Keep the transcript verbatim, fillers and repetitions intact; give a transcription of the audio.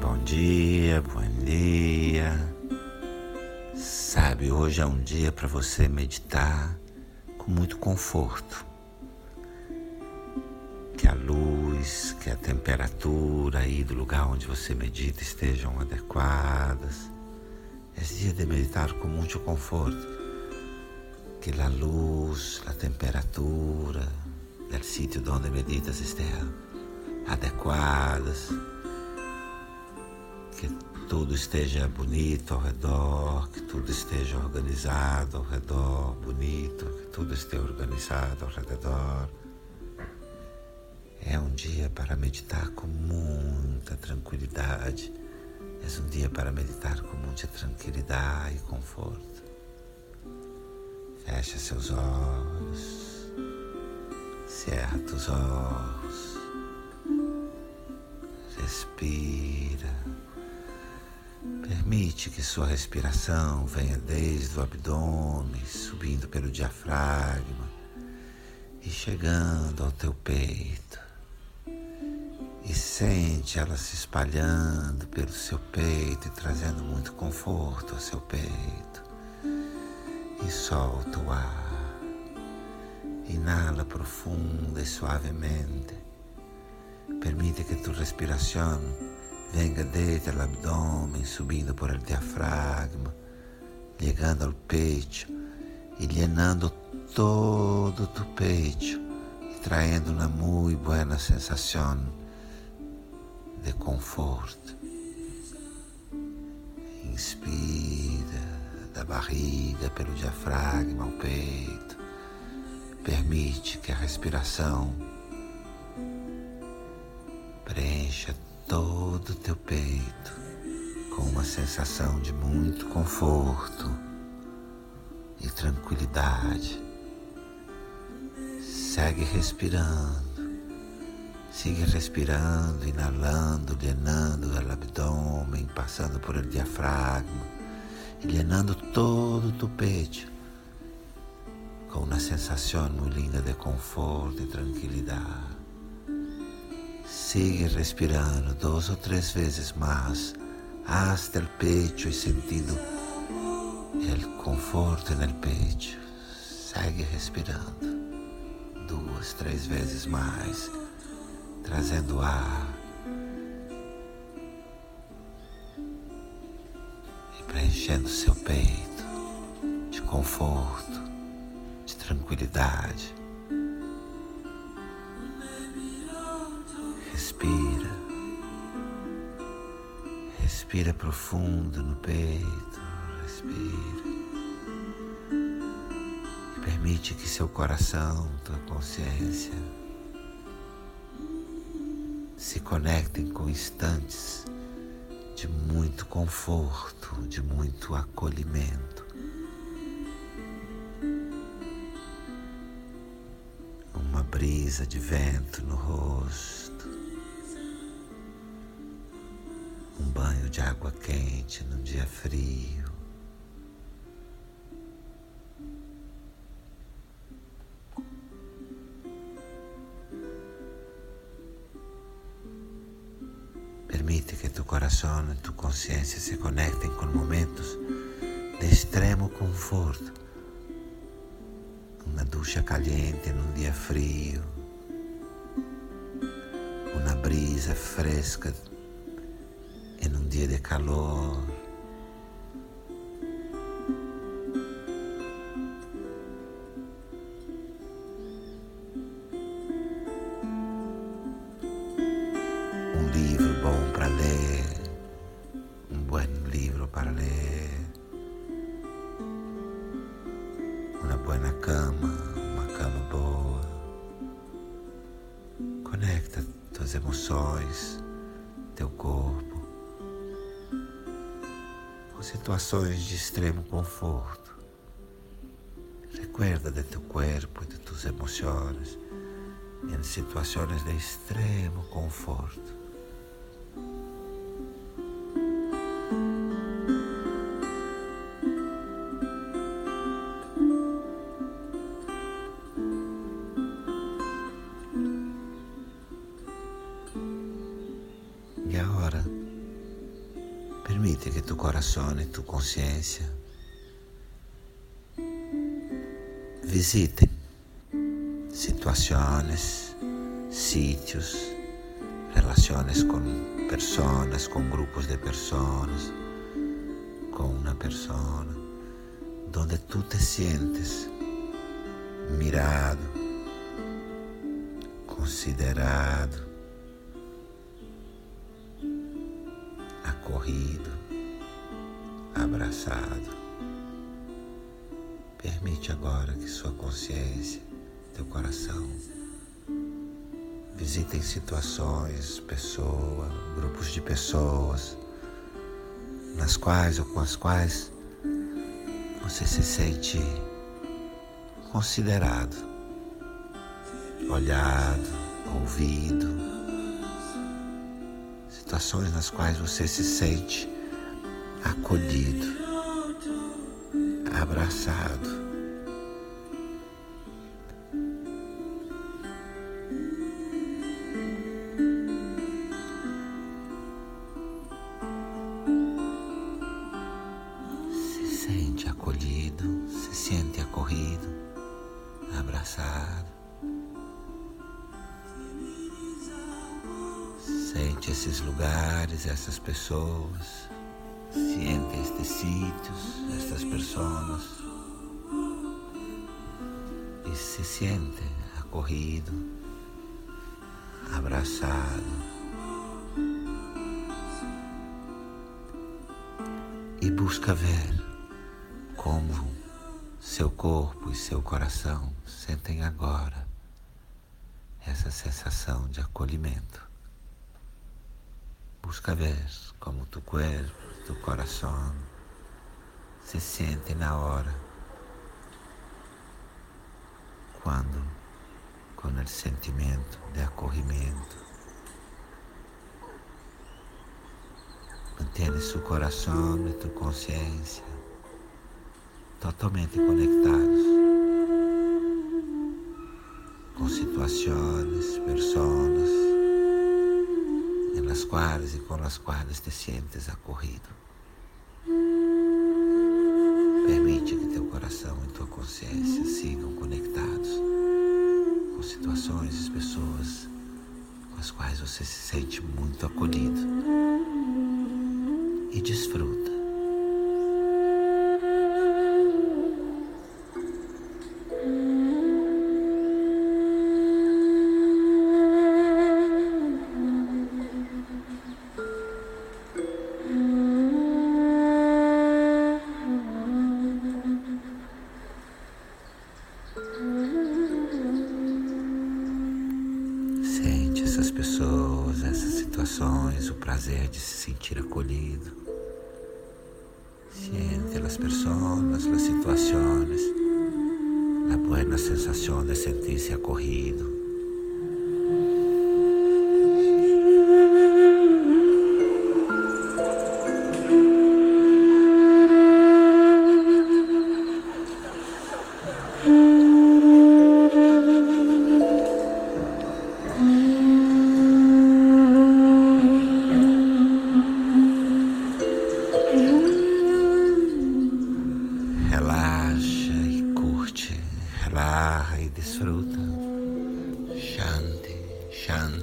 Bom dia, bom dia. Sabe, hoje é um dia para você meditar com muito conforto. Que a luz, que a temperatura aí do lugar onde você medita estejam adequadas. É dia de meditar com muito conforto. Que a luz, a temperatura do sítio onde meditas estejam adequadas. Que tudo esteja bonito ao redor, que tudo esteja organizado ao redor, bonito, que tudo esteja organizado ao redor. É um dia para meditar com muita tranquilidade. É um dia para meditar com muita tranquilidade e conforto. Fecha seus olhos, cerra os olhos, respira. Permite que sua respiração venha desde o abdômen, subindo pelo diafragma e chegando ao teu peito. E sente ela se espalhando pelo seu peito e trazendo muito conforto ao seu peito. E solta o ar. Inala profunda e suavemente. Permite que tu respiração venga desde o abdômen, subindo por el diafragma, chegando ao peito e llenando todo tu peito e traindo uma muito boa sensação de conforto. Inspira da barriga pelo diafragma ao peito. Permite que a respiração preencha todo o teu peito com uma sensação de muito conforto e tranquilidade. Segue respirando. Siga respirando, inalando, llenando o abdômen, passando por el diafragma e llenando todo o teu peito com uma sensação muito linda de conforto e tranquilidade. Sigue respirando duas ou três vezes mais hasta el pecho e sentindo o conforto no pecho. Segue respirando duas, três vezes mais, trazendo ar e preenchendo seu peito de conforto, de tranquilidade. Respira, respira profundo no peito, respira e permite que seu coração, tua consciência se conectem com instantes de muito conforto, de muito acolhimento. Uma brisa de vento no rosto. Um banho de água quente num dia frio. Permite que tu coração e tu consciência se conectem com momentos de extremo conforto. Uma ducha caliente num dia frio. Uma brisa fresca em um dia de calor. Um livro bom para ler, um bom livro para ler, uma boa cama, uma cama boa. Conecta tuas emoções, teu corpo, com situações de extremo conforto. Recuerda de teu corpo e de tuas emoções em situações de extremo conforto. E agora Permite que tu coração e tu consciência visitem situações, sítios, relações com pessoas, com grupos de pessoas, com uma pessoa, onde tu te sientes mirado, considerado, acolhido, abraçado. Permite agora que sua consciência, teu coração, visitem situações, pessoas, grupos de pessoas, nas quais ou com as quais você se sente considerado, olhado, ouvido. Situações nas quais você se sente acolhido, abraçado. Se sente acolhido, se sente acolhido, abraçado. Sente esses lugares, essas pessoas. Siente estes sítios, estas pessoas. E se sente acolhido, abraçado. E busca ver como seu corpo e seu coração sentem agora essa sensação de acolhimento. Busca ver como tu corpo, tu coração se sente na hora, quando, com o sentimento de acolhimento, mantém seu coração e tu consciência totalmente conectados com situações, pessoas, nas quais e com as quais te sientes acolhido. Permite que teu coração e tua consciência sigam conectados com situações e pessoas com as quais você se sente muito acolhido. E desfruta. Sente essas pessoas, essas situações, o prazer de se sentir acolhido. Siente as pessoas, as situações, a boa sensação de sentir-se acolhido. Relaxa e curte, relaxa e desfruta. Shanti, Shanti.